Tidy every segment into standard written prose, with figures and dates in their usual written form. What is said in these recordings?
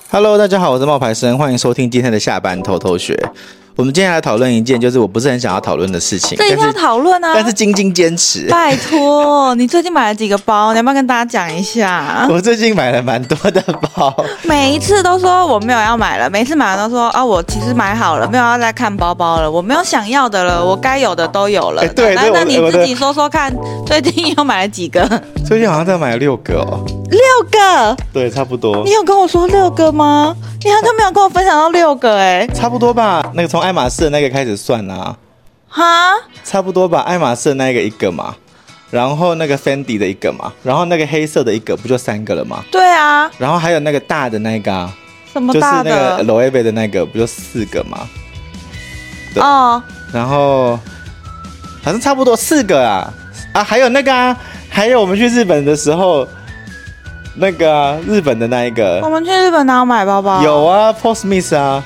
Hello， 大家好，我是冒牌生，欢迎收听今天的下班偷偷学。我们今天来讨论一件，就是我不是很想要讨论的事情， 这一定要讨论啊！ 但是晶晶坚持。 拜托，你最近买了几个包？你要不要跟大家讲一下？ 我最近买了蛮多的包， 每一次都说我没有要买了，每次买完都说啊，我其实买好了，没有要再看包包了，我没有想要的了，我该有的都有了。 对， 那你自己说说看，最近又买了几个？ 最近好像在买了6个哦。 6个？ 对，差不多。 你有跟我说6个吗？你好像没有跟我分享到6个差不多吧。那个从爱马仕的那个开始算啊。 哈？ 差不多吧，爱马仕的那个1个嘛，然后那个 Fendi 的1个嘛，然后那个黑色的1个，不就3个了吗？ 对啊。 然后还有那个大的那个啊。 什么大的？ 就是那个 Loewe 的那个，不就4个吗？对。 哦。 然后好像差不多4个啊。还有那个啊，还有我们去日本的时候。那个啊，日本的那一个， 我们去日本哪有买包包？ 有啊 ，Paul Smith 啊，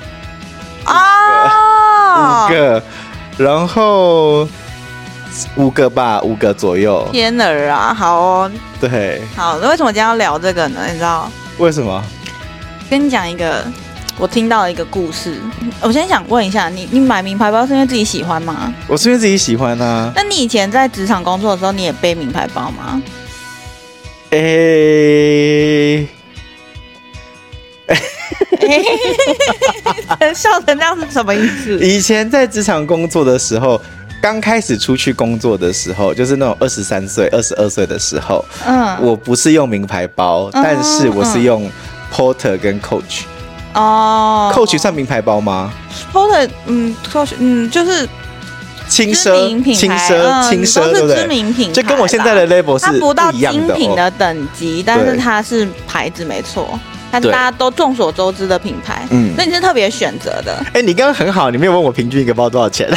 啊，5 个，然后5个吧，5个左右。 天儿啊，好哦， 对， 好，那为什么今天要聊这个呢？你知道？ 为什么？ 跟你讲一个我听到的一个故事。我先想问一下，你买名牌包是因为自己喜欢吗？ 我是因为自己喜欢啊。 那你以前在职场工作的时候，你也背名牌包吗？笑成这样是什么意思？ 以前在职场工作的时候，刚开始出去工作的时候，就是那种23岁、22岁的时候，我不是用名牌包，但是我是用 Porter 跟 Coach。哦 ，Coach 算名牌包吗 ？Porter， Coach， 就是。 轻奢，对不对？ 知名品牌， 就跟我现在的 label 是不一样的， 它不到精品的等级，但是它是牌子没错，它大家都众所周知的品牌，所以你是特别选择的。 你刚刚很好，你没有问我平均一个包多少钱，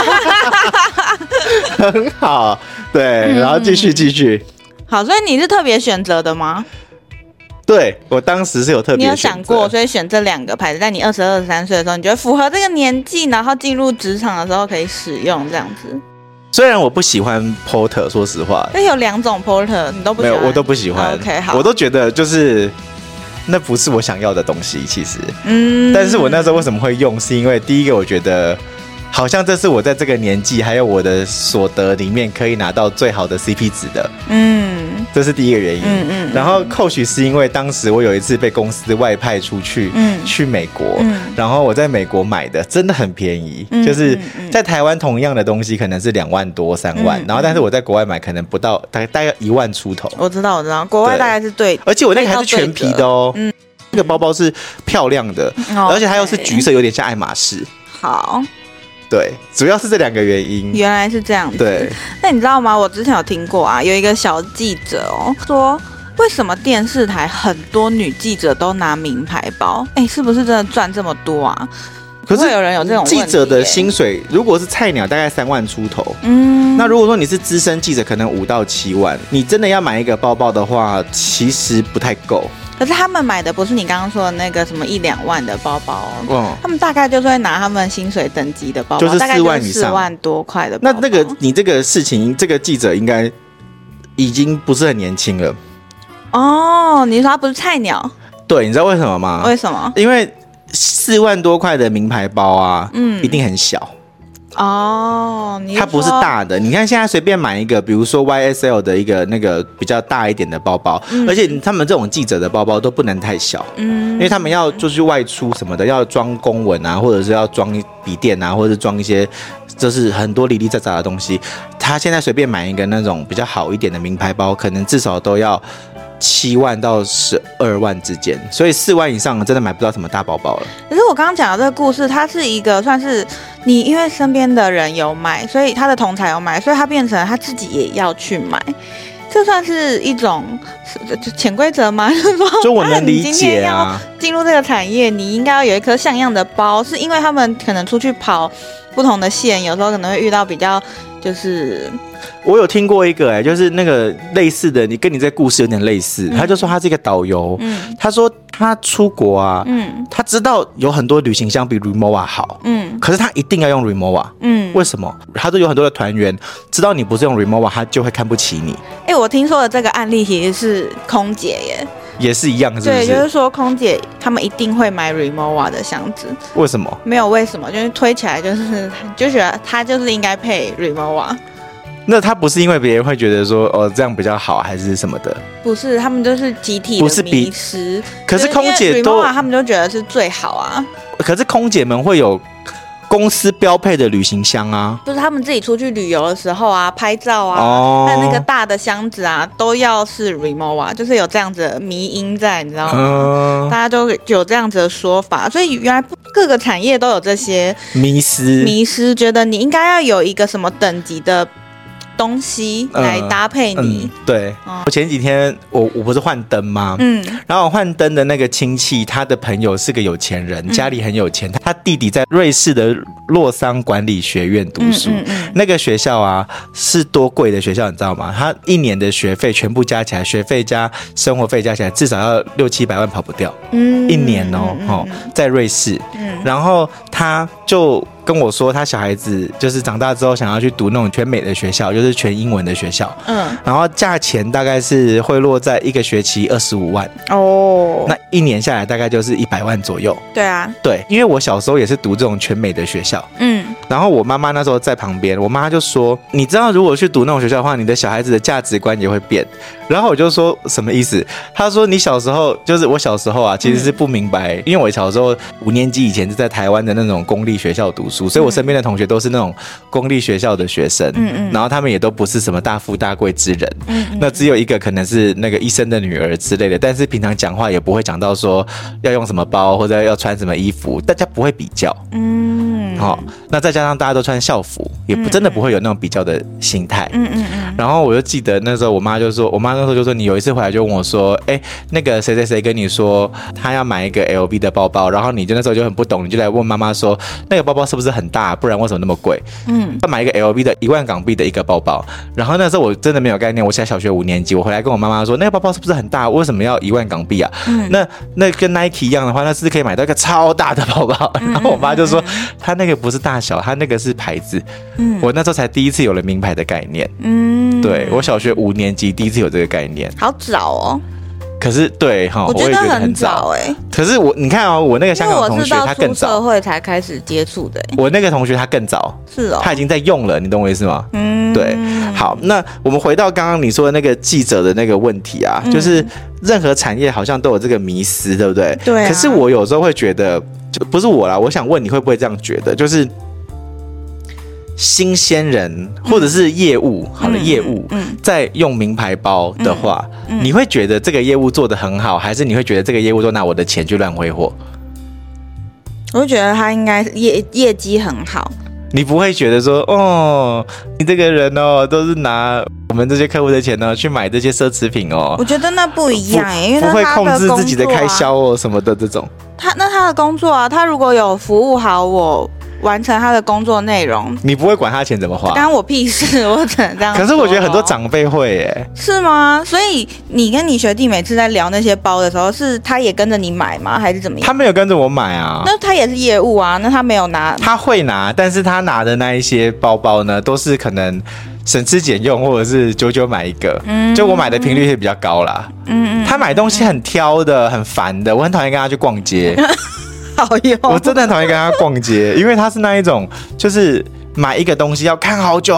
很好，对，然后继续。 好，所以你是特别选择的吗？ 对，我当时是有特别选择。 你有想过，所以选这2个牌子，在你22、23岁的时候，你觉得符合这个年纪，然后进入职场的时候可以使用这样子。 虽然我不喜欢 Porter， 说实话， 因为有2种 Porter， 你都不喜欢。 没有，我都不喜欢。 OK， 好， 我都觉得就是那不是我想要的东西，其实。但是我那时候为什么会用，是因为第一个我觉得好像这是我在这个年纪还有我的所得里面可以拿到最好的 CP 值的。这是第一个原因。然后Coach是因为当时我有一次被公司外派出去，去美国，然后我在美国买的真的很便宜，就是在台湾同样的东西可能是2万多3万，然后但是我在国外买可能不到大概1万出头。 我知道，国外大概是对， 而且我那个还是全皮的哦。那个包包是漂亮的，而且它又是橘色，有点像爱马仕。 好。 对，主要是这2个原因。 原来是这样子。 对， 那你知道吗？我之前有听过啊，有一个小记者说，为什么电视台很多女记者都拿名牌包？是不是真的赚这么多啊？可是有人有这种问题记者的薪水，如果是菜鸟，大概3万出头。那如果说你是资深记者，可能5到7万。你真的要买一个包包的话，其实不太够。 可是他们买的不是你刚刚说的那个什么1、2万的包包他们大概就是会拿他们薪水等级的包包， 就是4万以上 ，4万多块的包包。 那个你这个事情，这个记者应该已经不是很年轻了。 你说他不是菜鸟？ 对，你知道为什么吗？ 为什么？ 因为4万多块的名牌包啊，一定很小。它不是大的。你看现在随便买一个，比如说 YSL 的一个那个比较大一点的包包，而且他们这种记者的包包都不能太小，因为他们要就是外出什么的，要装公文啊，或者是要装笔电啊，或者是装一些就是很多零零杂杂的东西。他现在随便买一个那种比较好一点的名牌包，可能至少都要7万到12万之间，所以4万以上真的买不到什么大包包了。 可是我刚刚讲的这个故事，它是一个算是你因为身边的人有买，所以他的同侪有买，所以他变成他自己也要去买，这算是一种潜规则吗？ 就我能理解啊。 进入这个产业，你应该要有一颗像样的包，是因为他们可能出去跑不同的线，有时候可能会遇到比较就是。 我有听过一个就是那个类似的，你跟你这故事有点类似。他就说他是一个导游，他说他出国啊，他知道有很多旅行箱比 Rimowa 好，可是他一定要用 Rimowa，为什么？他说有很多的团员知道你不是用 Rimowa，他就会看不起你。 我听说的这个案例其实是空姐耶。 也是一样，是不是？ 对，就是说空姐他们一定会买 Rimowa 的箱子。 为什么？ 没有为什么，就是推起来就觉得它就是应该配 Rimowa。 那他不是因为别人会觉得说哦这样比较好还是什么的？ 不是，他们就是集体的迷失。 可是空姐都他们就觉得是最好啊。 可是空姐们会有公司标配的旅行箱啊， 就是他们自己出去旅游的时候啊，拍照啊，但那个大的箱子啊，都要是 Rimowa， 就是有这样子的迷因在，你知道吗？大家都有这样子的说法，所以原来各个产业都有这些迷失，觉得你应该要有一个什么等级的东西来搭配你。 对，我前几天我不是换灯吗？然后我换灯的那个亲戚，他的朋友是个有钱人，家里很有钱，他弟弟在瑞士的洛桑管理学院读书，那个学校啊是多贵的学校，你知道吗？他一年的学费全部加起来，学费加生活费加起来至少要600-700万跑不掉，一年哦，在瑞士，然后他就跟我说他小孩子就是长大之后想要去读那种全美的学校，就是全英文的学校，然后价钱大概是会落在一个学期25万哦，那一年下来大概就是100万左右。 对啊， 对，因为我小时候也是读这种全美的学校，然后我妈妈那时候在旁边，我妈就说，你知道如果去读那种学校的话，你的小孩子的价值观也会变。然后我就说什么意思？她说你小时候就是我小时候啊，其实是不明白，因为我小时候5年级以前是在台湾的那种公立学校读书，所以我身边的同学都是那种公立学校的学生，然后他们也都不是什么大富大贵之人，那只有一个可能是那个医生的女儿之类的，但是平常讲话也不会讲到说要用什么包或者要穿什么衣服，大家不会比较，那再加上大家都穿校服，也真的不会有那种比较的心态，然后我就记得那时候我妈那时候就说，你有一次回来就问我说，那个谁谁谁跟你说他要买一个 LV 的包包，然后你就那时候就很不懂，你就来问妈妈说那个包包是不是很大，不然为什么那么贵？要买一个 LV 的1万港币的一个包包，然后那时候我真的没有概念，我现在小学5年级，我回来跟我妈妈说那个包包是不是很大，为什么要1万港币啊？那跟 Nike 一样的话，那是不是可以买到一个超大的包包？然后我妈就说他那个不是大小，他那个是牌子。我那时候才第一次有了名牌的概念。对，我小学5年级第一次有这个概念， 好早哦。 可是对哈， 我觉得很早可是你看哦，我那个香港同学他更早， 社会才开始接触的。 我那个同学他更早， 是哦， 他已经在用了，你懂我意思吗？对。好，那我们回到刚刚你说的那个记者的那个问题啊，就是任何产业好像都有这个迷思，对不对？ 对。 可是我有时候会觉得，就不是我啦，我想问你会不会这样觉得，就是新鲜人或者是业务，好的业务，在用名牌包的话，你会觉得这个业务做得很好，还是你会觉得这个业务都拿我的钱去乱挥霍？ 我会觉得他应该业绩很好。 你不会觉得说，哦，你这个人哦，都是拿我们这些客户的钱呢去买这些奢侈品哦？ 我觉得那不一样，因为不会控制自己的开销哦什么的这种。 他的工作啊，他如果有服务好我，完成他的工作内容， 你不会管他钱怎么花， 干我屁事，我只能这样说。 可是我觉得很多长辈会耶， 是吗？所以你跟你学弟每次在聊那些包的时候，是他也跟着你买吗？还是怎么样？ 他没有跟着我买啊。 那他也是业务啊，那他没有拿？ 他会拿，但是他拿的那一些包包呢，都是可能省吃俭用，或者是久买一个。就我买的频率会比较高啦。他买东西很挑的，很烦的，我很讨厌跟他去逛街。 好用， 我真的很讨厌跟他逛街，因为他是那一种，就是买一个东西要看好久。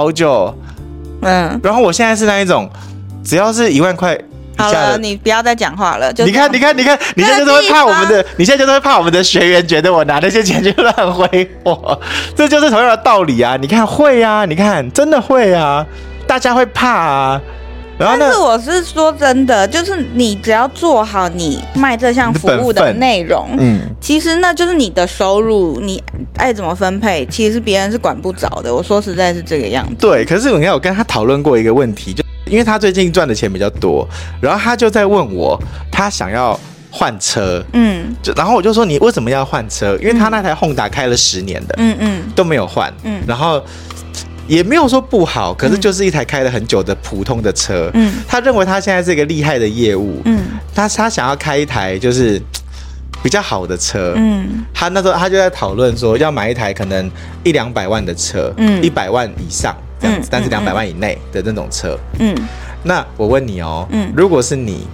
然后我现在是那一种，只要是1万块以下的， 好了，你不要再讲话了。 你看，你现在就是会怕我们的，你现在就是会怕我们的学员觉得我拿那些钱去乱挥霍，这就是同样的道理啊！你看会啊，你看真的会啊，大家会怕啊。 但是我是说真的，就是你只要做好你卖这项服务的内容，其实那就是你的收入，你爱怎么分配，其实别人是管不着的。我说实在是这个样子。 对，可是我跟他讨论过一个问题，就因为他最近赚的钱比较多，然后他就在问我，他想要换车，然后我就说你为什么要换车？因为他那台Honda开了10年的，都没有换，然后。也没有说不好，可是就是一台开了很久的普通的车。他认为他现在是一个厉害的业务，他想要开一台就是比较好的车。他那时候他就在讨论说要买一台可能100-200万的车，100万以上这样子，但是200万以内的那种车。那我问你哦，如果是你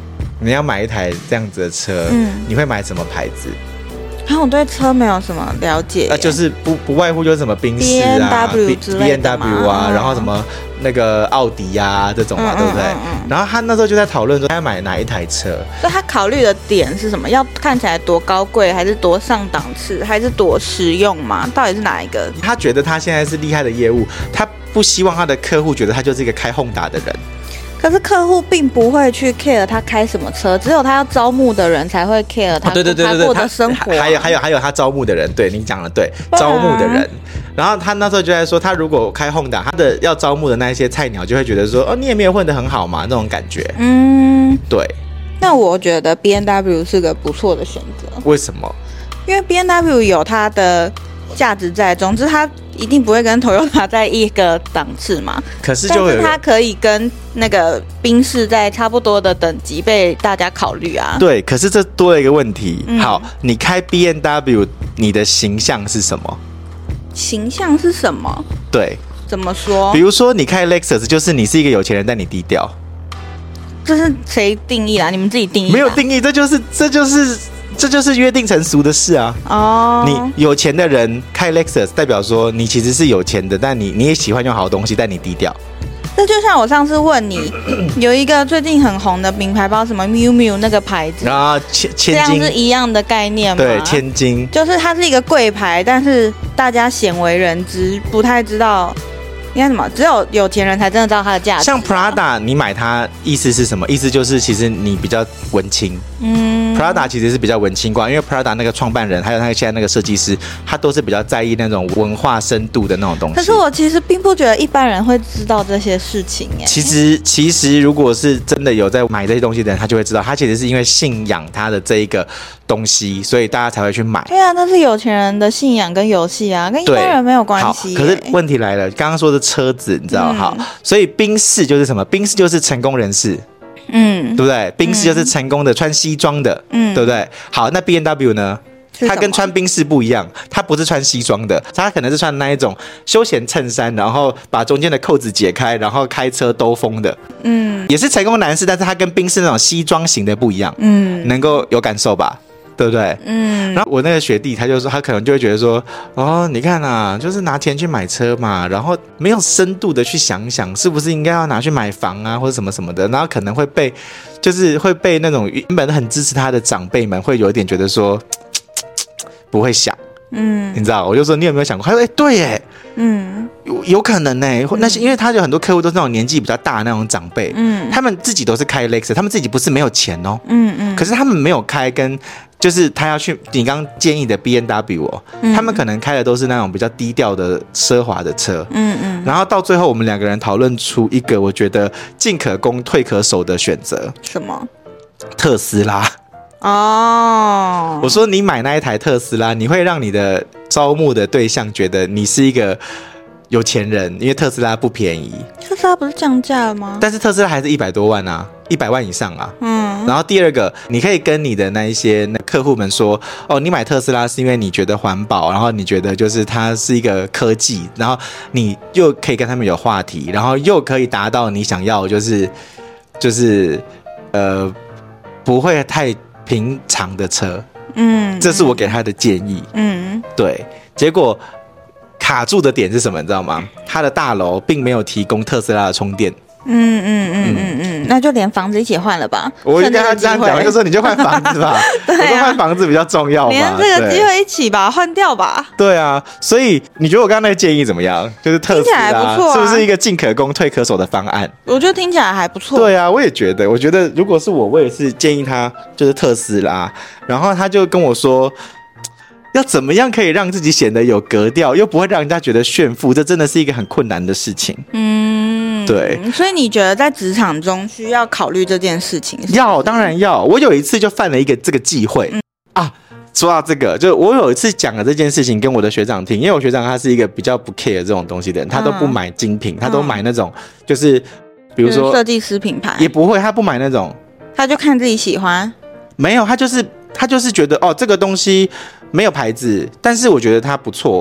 你要买一台这样子的车，你会买什么牌子？ 我对车没有什么了解， 就是不外乎就是什么宾士啊、BMW 啊，然后什么那个奥迪啊这种嘛，对不对？然后他那时候就在讨论说他要买哪一台车， 所以他考虑的点是什么？要看起来多高贵，还是多上档次，还是多实用嘛？到底是哪一个？ 他觉得他现在是厉害的业务，他不希望他的客户觉得他就是一个开Honda的人。 可是客户并不会去 care 他开什么车，只有他要招募的人才会 care 他过的生活。 还有他招募的人，对你讲的对，招募的人。然后他那时候就在说，他如果开Honda，他的要招募的那一些菜鸟就会觉得说，哦，你也没有混得很好嘛，那种感觉。对。 那我觉得 BMW 是个不错的选择。 为什么？ 因为 BMW 有它的价值在，总之它一定不会跟 Toyota 在一个档次嘛。 可是但是它可以跟那个宾士在差不多的等级被大家考虑啊。 对，可是这多了一个问题。好，你开 BMW， 你的形象是什么？ 形象是什么？ 对， 怎么说？ 比如说你开 Lexus， 就是你是一个有钱人，但你低调。 这是谁定义啦？你们自己定义。 没有定义，这就是约定成俗的事啊！你有钱的人开 Lexus， 代表说你其实是有钱的，但你也喜欢用好东西，但你低调。 这就像我上次问你，有一个最近很红的名牌包，什么 Miu Miu 那个牌子， 然后千金， 这样是一样的概念吗？ 对，千金就是它是一个贵牌，但是大家鲜为人知，不太知道。应该什么？只有钱人才真的知道它的价值。 像 Prada， 你买它意思是什么？意思就是其实你比较文青。Prada 其实是比较文青挂，因为 Prada 那个创办人还有他现在那个设计师，他都是比较在意那种文化深度的那种东西。 可是我其实并不觉得一般人会知道这些事情耶。 其实如果是真的有在买这些东西的人，他就会知道，他其实是因为信仰他的这一个东西，所以大家才会去买。 对啊，那是有钱人的信仰跟游戏啊，跟一般人没有关系。 可是问题来了，刚刚说的车子，你知道好，所以宾士就是什么？宾士就是成功人士。对不对？宾士就是成功的穿西装的，对不对？好，那 BMW 呢？他跟穿宾士不一样，他不是穿西装的，他可能是穿那一种休闲衬衫，然后把中间的扣子解开，然后开车兜风的，也是成功男士，但是他跟宾士那种西装型的不一样，能够有感受吧？对不对？然后我那个学弟他就说，他可能就会觉得说，哦，你看啊，就是拿钱去买车嘛，然后没有深度的去想想，是不是应该要拿去买房啊，或者什么什么的，然后可能会被那种原本很支持他的长辈们会有一点觉得说，不会想。你知道，我就说你有没有想过？他说，对耶，有可能呢。那是因为他有很多客户都是那种年纪比较大的那种长辈，他们自己都是开 Lexus， 他们自己不是没有钱哦，可是他们没有开跟就是他要去你刚刚建议的 BMW 哦，他们可能开的都是那种比较低调的奢华的车，然后到最后我们两个人讨论出一个我觉得进可攻退可守的选择， 什么？ 特斯拉。我说你买那一台特斯拉，你会让你的招募的对象觉得你是一个有钱人，因为特斯拉不便宜。 特斯拉不是降价了吗？ 但是特斯拉还是100多万啊，100万以上啊。然后第二个，你可以跟你的那一些客户们说，哦，你买特斯拉是因为你觉得环保，然后你觉得就是它是一个科技，然后你又可以跟他们有话题，然后又可以达到你想要就是不会太平常的车，这是我给他的建议，对，结果卡住的点是什么？你知道吗？他的大楼并没有提供特斯拉的充电， 那就连房子一起换了吧。 我就跟他这样讲，就说你就换房子吧，我说换房子比较重要嘛， 连这个机会一起把它换掉吧。 对啊，所以你觉得我刚刚那个建议怎么样？就是特斯拉是不是一个进可攻退可守的方案？ 我觉得听起来还不错。 对啊，我也觉得。我觉得如果是我也是建议他就是特斯拉，然后他就跟我说，要怎么样可以让自己显得有格调，又不会让人家觉得炫富，这真的是一个很困难的事情。对， 所以你觉得在职场中需要考虑这件事情？ 要，当然要。我有一次就犯了一个这个忌讳说到这个，就我有一次讲了这件事情跟我的学长听，因为我学长他是一个比较不 care 这种东西的人，他都不买精品，他都买那种就是比如说设计师品牌， 也不会，他不买那种， 他就看自己喜欢。 没有，他就是觉得这个东西没有牌子，但是我觉得它不错，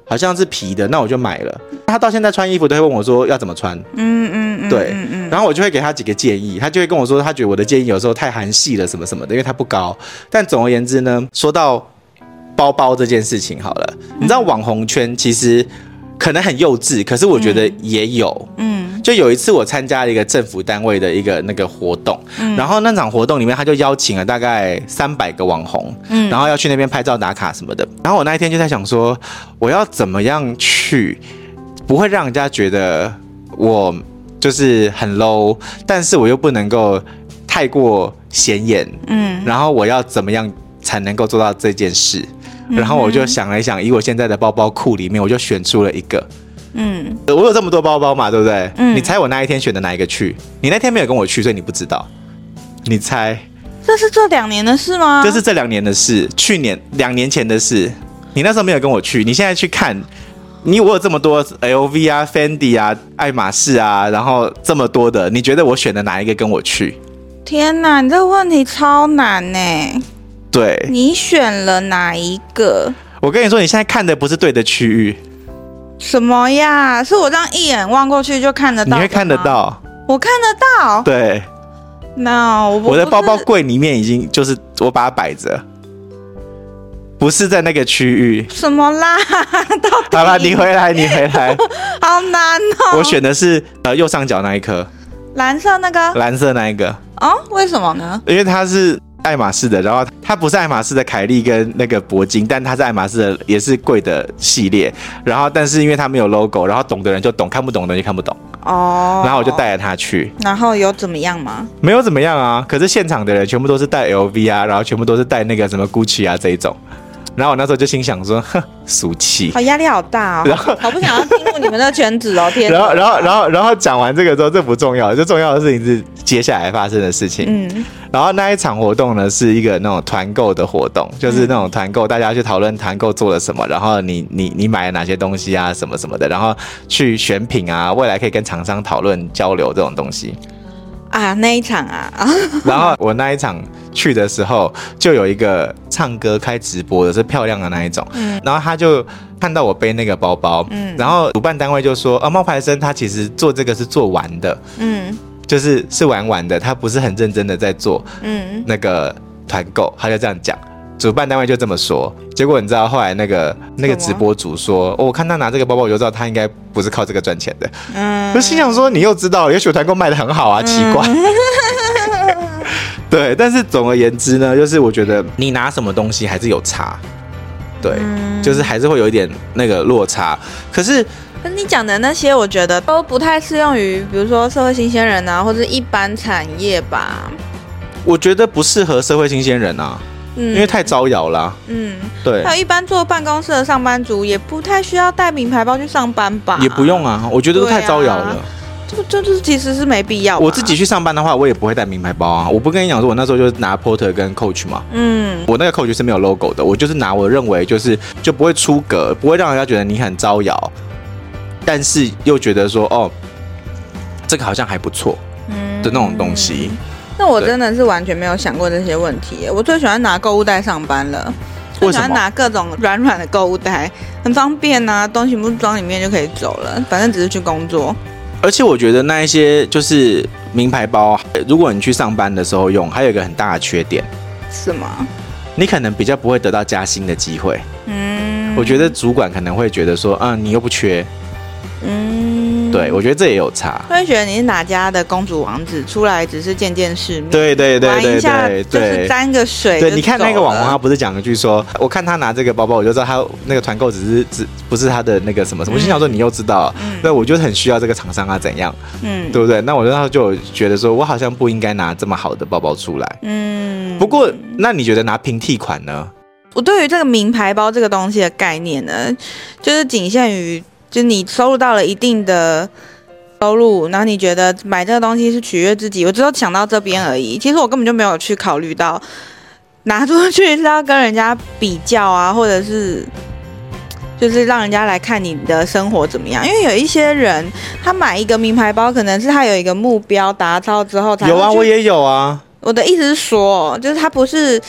好像是皮的，那我就买了。他到现在穿衣服都会问我说要怎么穿，对，然后我就会给他几个建议，他就会跟我说他觉得我的建议有时候太韩系了什么什么的，因为他不高。但总而言之呢，说到包包这件事情好了，你知道网红圈其实可能很幼稚，可是我觉得也有，就有一次我参加了一个政府单位的一个那个活动，然后那场活动里面他就邀请了大概300个网红，然后要去那边拍照打卡什么的。然后我那一天就在想说，我要怎么样去不会让人家觉得我就是很 low， 但是我又不能够太过显眼，然后我要怎么样才能够做到这件事？然后我就想了一想，以我现在的包包库里面，我就选出了一个。我有这么多包包嘛，对不对？你猜我那一天选的哪一个去？你那天没有跟我去，所以你不知道。你猜？ 这是这2年的事吗？ 这是这2年的事，去年2年前的事。你那时候没有跟我去，你现在去看，我有这么多 LV 啊、Fendi 啊、爱马仕啊，然后这么多的，你觉得我选的哪一个跟我去？ 天哪，你这个问题超难呢。 对， 你选了哪一个？ 我跟你说，你现在看的不是对的区域。 什么呀？是我这样一眼望过去就看得到？ 你会看得到？ 我看得到。 对。 那我的包包柜里面已经就是我把它摆着，不是在那个区域。 什么啦？ 好了，你回来。 好难哦。 我选的是右上角那一颗， 蓝色那个。 蓝色那一个。 哦，为什么呢？ 因为它是爱马仕的，然后它不是爱马仕的凯利跟那个铂金，但它是爱马仕的，也是贵的系列。然后，但是因为它没有 logo， 然后懂的人就懂，看不懂的人就看不懂。哦。然后我就带着它去。 然后有怎么样吗？ 没有怎么样啊，可是现场的人全部都是带 LV 啊，然后全部都是带那个什么 Gucci 啊这一种。然后我那时候就心想说，哼，俗气， 好压力好大哦，然后好不想要进入你们的圈子哦，天。 然后讲完这个之后，这不重要，最重要的事情是接下来发生的事情。然后那一场活动呢，是一个那种团购的活动，就是那种团购，大家去讨论团购做了什么，然后你买了哪些东西啊，什么什么的，然后去选品啊，未来可以跟厂商讨论交流这种东西。 啊，那一场啊。 然后我那一场去的时候，就有一个唱歌开直播的，是漂亮的那一种。然后他就看到我背那个包包，然后主办单位就说，冒牌生他其实做这个是做玩的，就是玩的，他不是很认真的在做那个团购，他就这样讲。主办单位就这么说，结果你知道后来那个直播主说，我看他拿这个包包，我就知道他应该不是靠这个赚钱的。就心想说，你又知道了，也许团购卖得很好啊，奇怪。对，但是总而言之呢，就是我觉得你拿什么东西还是有差，对，就是还是会有一点那个落差。可是你讲的那些，我觉得都不太适用于，比如说社会新鲜人啊，或者一般产业吧。 我觉得不适合社会新鲜人啊。因为太招摇啦。对。 还有一般坐办公室的上班族也不太需要带名牌包去上班吧？ 也不用啊，我觉得都太招摇了。 就是其实是没必要。 我自己去上班的话，我也不会带名牌包啊。我不跟你讲说，我那时候就拿 Porter 跟 Coach 嘛。我那个 Coach 是没有 logo 的，我就是拿我认为就不会出格，不会让人家觉得你很招摇，但是又觉得说哦，这个好像还不错的那种东西。 那我真的是完全没有想过这些问题。我最喜欢拿购物袋上班了，最喜欢拿各种软的购物袋，很方便啊，东西不装里面就可以走了，反正只是去工作。 而且我觉得那一些就是名牌包，如果你去上班的时候用，还有一个很大的缺点。 是吗？ 你可能比较不会得到加薪的机会。我觉得主管可能会觉得说，你又不缺。对，我觉得这也有差。 会觉得你是哪家的公主王子，出来只是见见世面， 对， 玩一下就是沾个水。 对，你看那个网红，他不是讲一句说，我看他拿这个包包，我就知道他那个团购只不是他的那个什么什么。我心想说，你又知道，对，我就很需要这个厂商啊，怎样，对不对？那我那时候就觉得说，我好像不应该拿这么好的包包出来。不过，那你觉得拿平替款呢？ 我对于这个名牌包这个东西的概念呢，就是仅限于。就是你收入到了一定的收入，然后你觉得买这个东西是取悦自己，我只有想到这边而已。其实我根本就没有去考虑到拿出去是要跟人家比较啊，或者是就是让人家来看你的生活怎么样。因为有一些人他买一个名牌包，可能是他有一个目标达到之后才。 有啊，我也有啊。 我的意思是说，就是他不是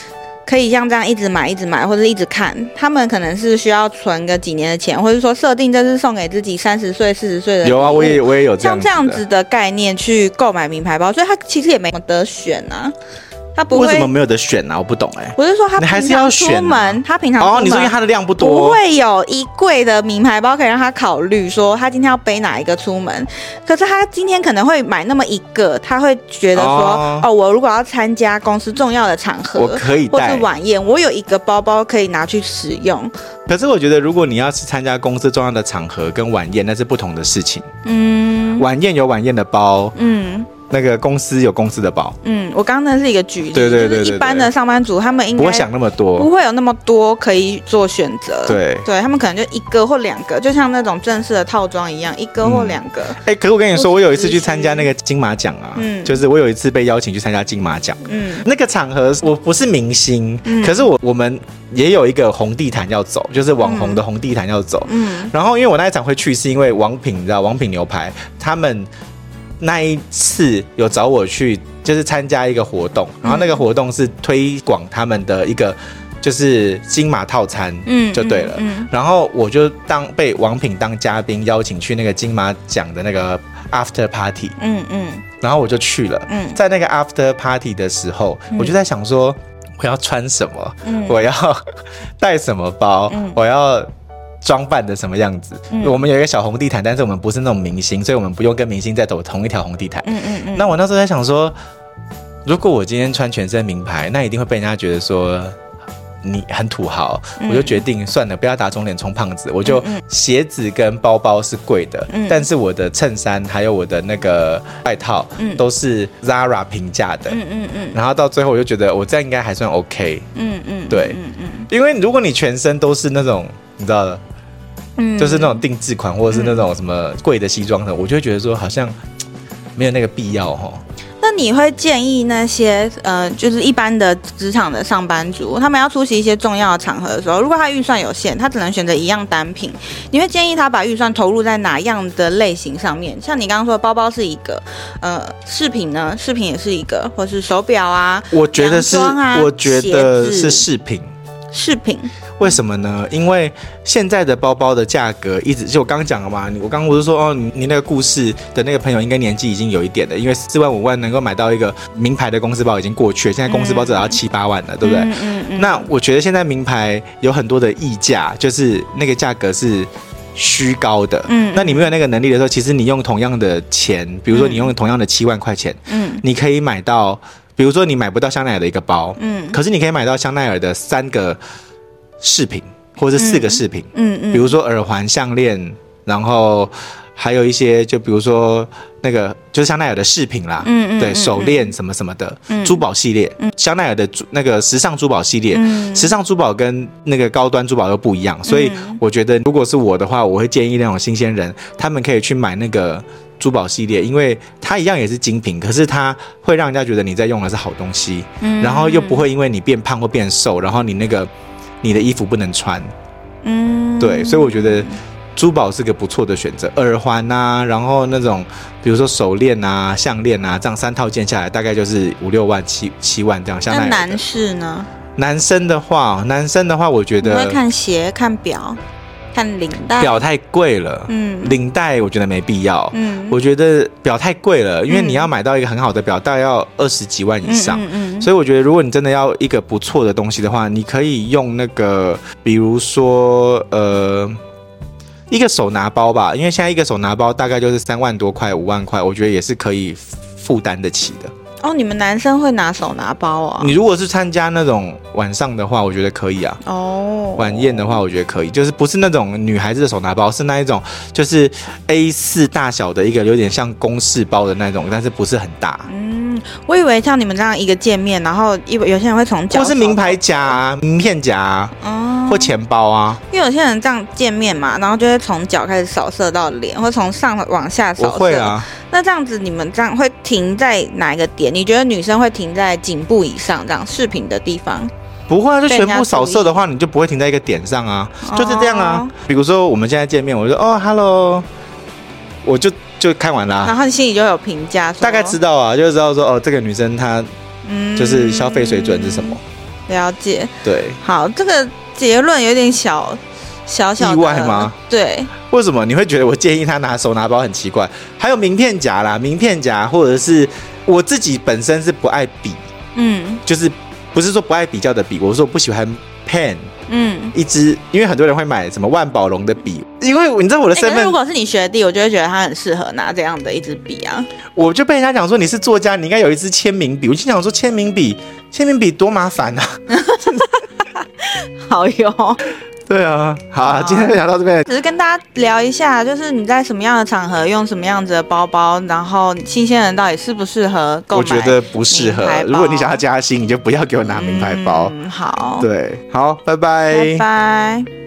可以像这样一直买或者一直看，他们可能是需要存个几年的钱，或者说设定这是送给自己30岁40岁的。 有啊，我也有这样子的， 像这样子的概念去购买名牌包，所以他其实也没得选啊。他不会， 为什么没有得选呢？我不懂我是说他平常出门，他平常出门你说因为他的量不多， 不会有一柜的名牌包可以让他考虑说他今天要背哪一个出门。可是他今天可能会买那么一个，他会觉得说我如果要参加公司重要的场合， 我可以带， 或是晚宴，我有一个包包可以拿去使用。 可是我觉得如果你要是参加公司重要的场合跟晚宴，那是不同的事情。晚宴有晚宴的包，那个公司有公司的包。 我刚刚那是一个举例， 对， 就是一般的上班族他们应该不会想那么多， 不会有那么多可以做选择。 对， 他们可能就一个或两个，就像那种正式的套装一样，一个或两个。 可是我跟你说，我有一次去参加那个金马奖啊，就是我有一次被邀请去参加金马奖，那个场合我不是明星，可是我们也有一个红地毯要走，就是网红的红地毯要走。然后因为我那一场会去，是因为王品，你知道王品牛排他们那一次有找我去，就是参加一个活动，然后那个活动是推广他们的一个就是金马套餐，就对了。然后我就被王品当嘉宾邀请去那个金马奖的那个 after party，然后我就去了。在那个 after party 的时候，我就在想说我要穿什么，我要带什么包，我要装扮的什么样子。我们有一个小红地毯，但是我们不是那种明星，所以我们不用跟明星在走同一条红地毯。那我那时候在想说，如果我今天穿全身名牌，那一定会被人家觉得说你很土豪。我就决定算了，不要打肿脸充胖子，我就鞋子跟包包是贵的，但是我的衬衫还有我的那个外套都是 Zara 平价的。然后到最后我就觉得我这样应该还算 OK。对，因为如果你全身都是那种你知道的，就是那种定制款或者是那种什么贵的西装的，我就会觉得说好像没有那个必要齁。 那你会建议那些就是一般的职场的上班族，他们要出席一些重要的场合的时候，如果他预算有限，他只能选择一样单品，你会建议他把预算投入在哪样的类型上面？像你刚刚说的包包是一个，饰品呢？饰品也是一个，或是手表啊， 我觉得是，我觉得是饰品。 饰品为什么呢？因为现在的包包的价格一直就我刚刚讲了嘛，我刚刚不是说你那个故事的那个朋友应该年纪已经有一点了，因为4万5万能够买到一个名牌的公司包已经过去了，现在公司包至少要7、8万了，对不对？那我觉得现在名牌有很多的溢价，就是那个价格是虚高的。那你没有那个能力的时候，其实你用同样的钱，比如说你用同样的7万块钱，你可以买到。比如说你买不到香奈儿的一个包，可是你可以买到香奈儿的3个饰品或者是4个饰品，比如说耳环、项链，然后还有一些就比如说那个就是香奈儿的饰品啦，对，手链什么什么的，珠宝系列，香奈儿的那个时尚珠宝系列，时尚珠宝跟那个高端珠宝又不一样，所以我觉得如果是我的话，我会建议那种新鲜人，他们可以去买那个珠宝系列，因为它一样也是精品，可是它会让人家觉得你在用的是好东西，然后又不会因为你变胖或变瘦，然后你的衣服不能穿，对，所以我觉得珠宝是个不错的选择，耳环啊，然后那种比如说手链啊、项链啊，这样3套件下来大概就是5、6万、7万这样。像那男士呢？ 男生的话，我觉得你会看鞋、看表。看领带， 表太贵了，领带我觉得没必要，我觉得表太贵了，因为你要买到一个很好的表，大概要20几万以上，所以我觉得如果你真的要一个不错的东西的话，你可以用那个，比如说一个手拿包吧，因为现在一个手拿包大概就是3万多块、5万块，我觉得也是可以负担得起的。 哦，你们男生会拿手拿包啊？ 你如果是参加那种晚上的话，我觉得可以啊。哦，晚宴的话，我觉得可以，就是不是那种女孩子的手拿包，是那一种就是 A4 大小的一个有点像公事包的那种，但是不是很大。 我以为像你们这样一个见面，然后有些人会从脚， 或是名牌夹啊、名片夹啊，或钱包啊。 因为有些人这样见面嘛，然后就会从脚开始扫射到脸，或从上往下扫射。 我会啊。 那这样子，你们这样会停在哪一个点？你觉得女生会停在颈部以上这样饰品的地方？ 不会啊，就全部扫射的话，你就不会停在一个点上啊，就是这样啊。比如说我们现在见面，我就说hello， 我就看完啦， 然后你心里就有评价， 大概知道啊，就知道说这个女生她就是消费水准是什么。 了解。 对， 好，这个结论有点小的意外吗？ 对， 为什么你会觉得我建议他拿手拿包很奇怪？还有名片夹啦，名片夹或者是我自己本身是不爱笔，就是不是说不爱比较的笔，我说不喜欢 pen，一支，因为很多人会买什么万宝龙的笔，因为你知道我的身份， 如果是你学弟，我就会觉得他很适合拿这样的一支笔啊。 我就被人家讲说你是作家，你应该有一支签名笔，我就想说签名笔多麻烦啊， 好用。 对啊，好啊，今天就聊到这边。 只是跟大家聊一下，就是你在什么样的场合用什么样子的包包，然后新鲜人到底适不适合购买？ 我觉得不适合。如果你想要加薪，你就不要给我拿名牌包。 好， 对，好，拜拜， 拜拜。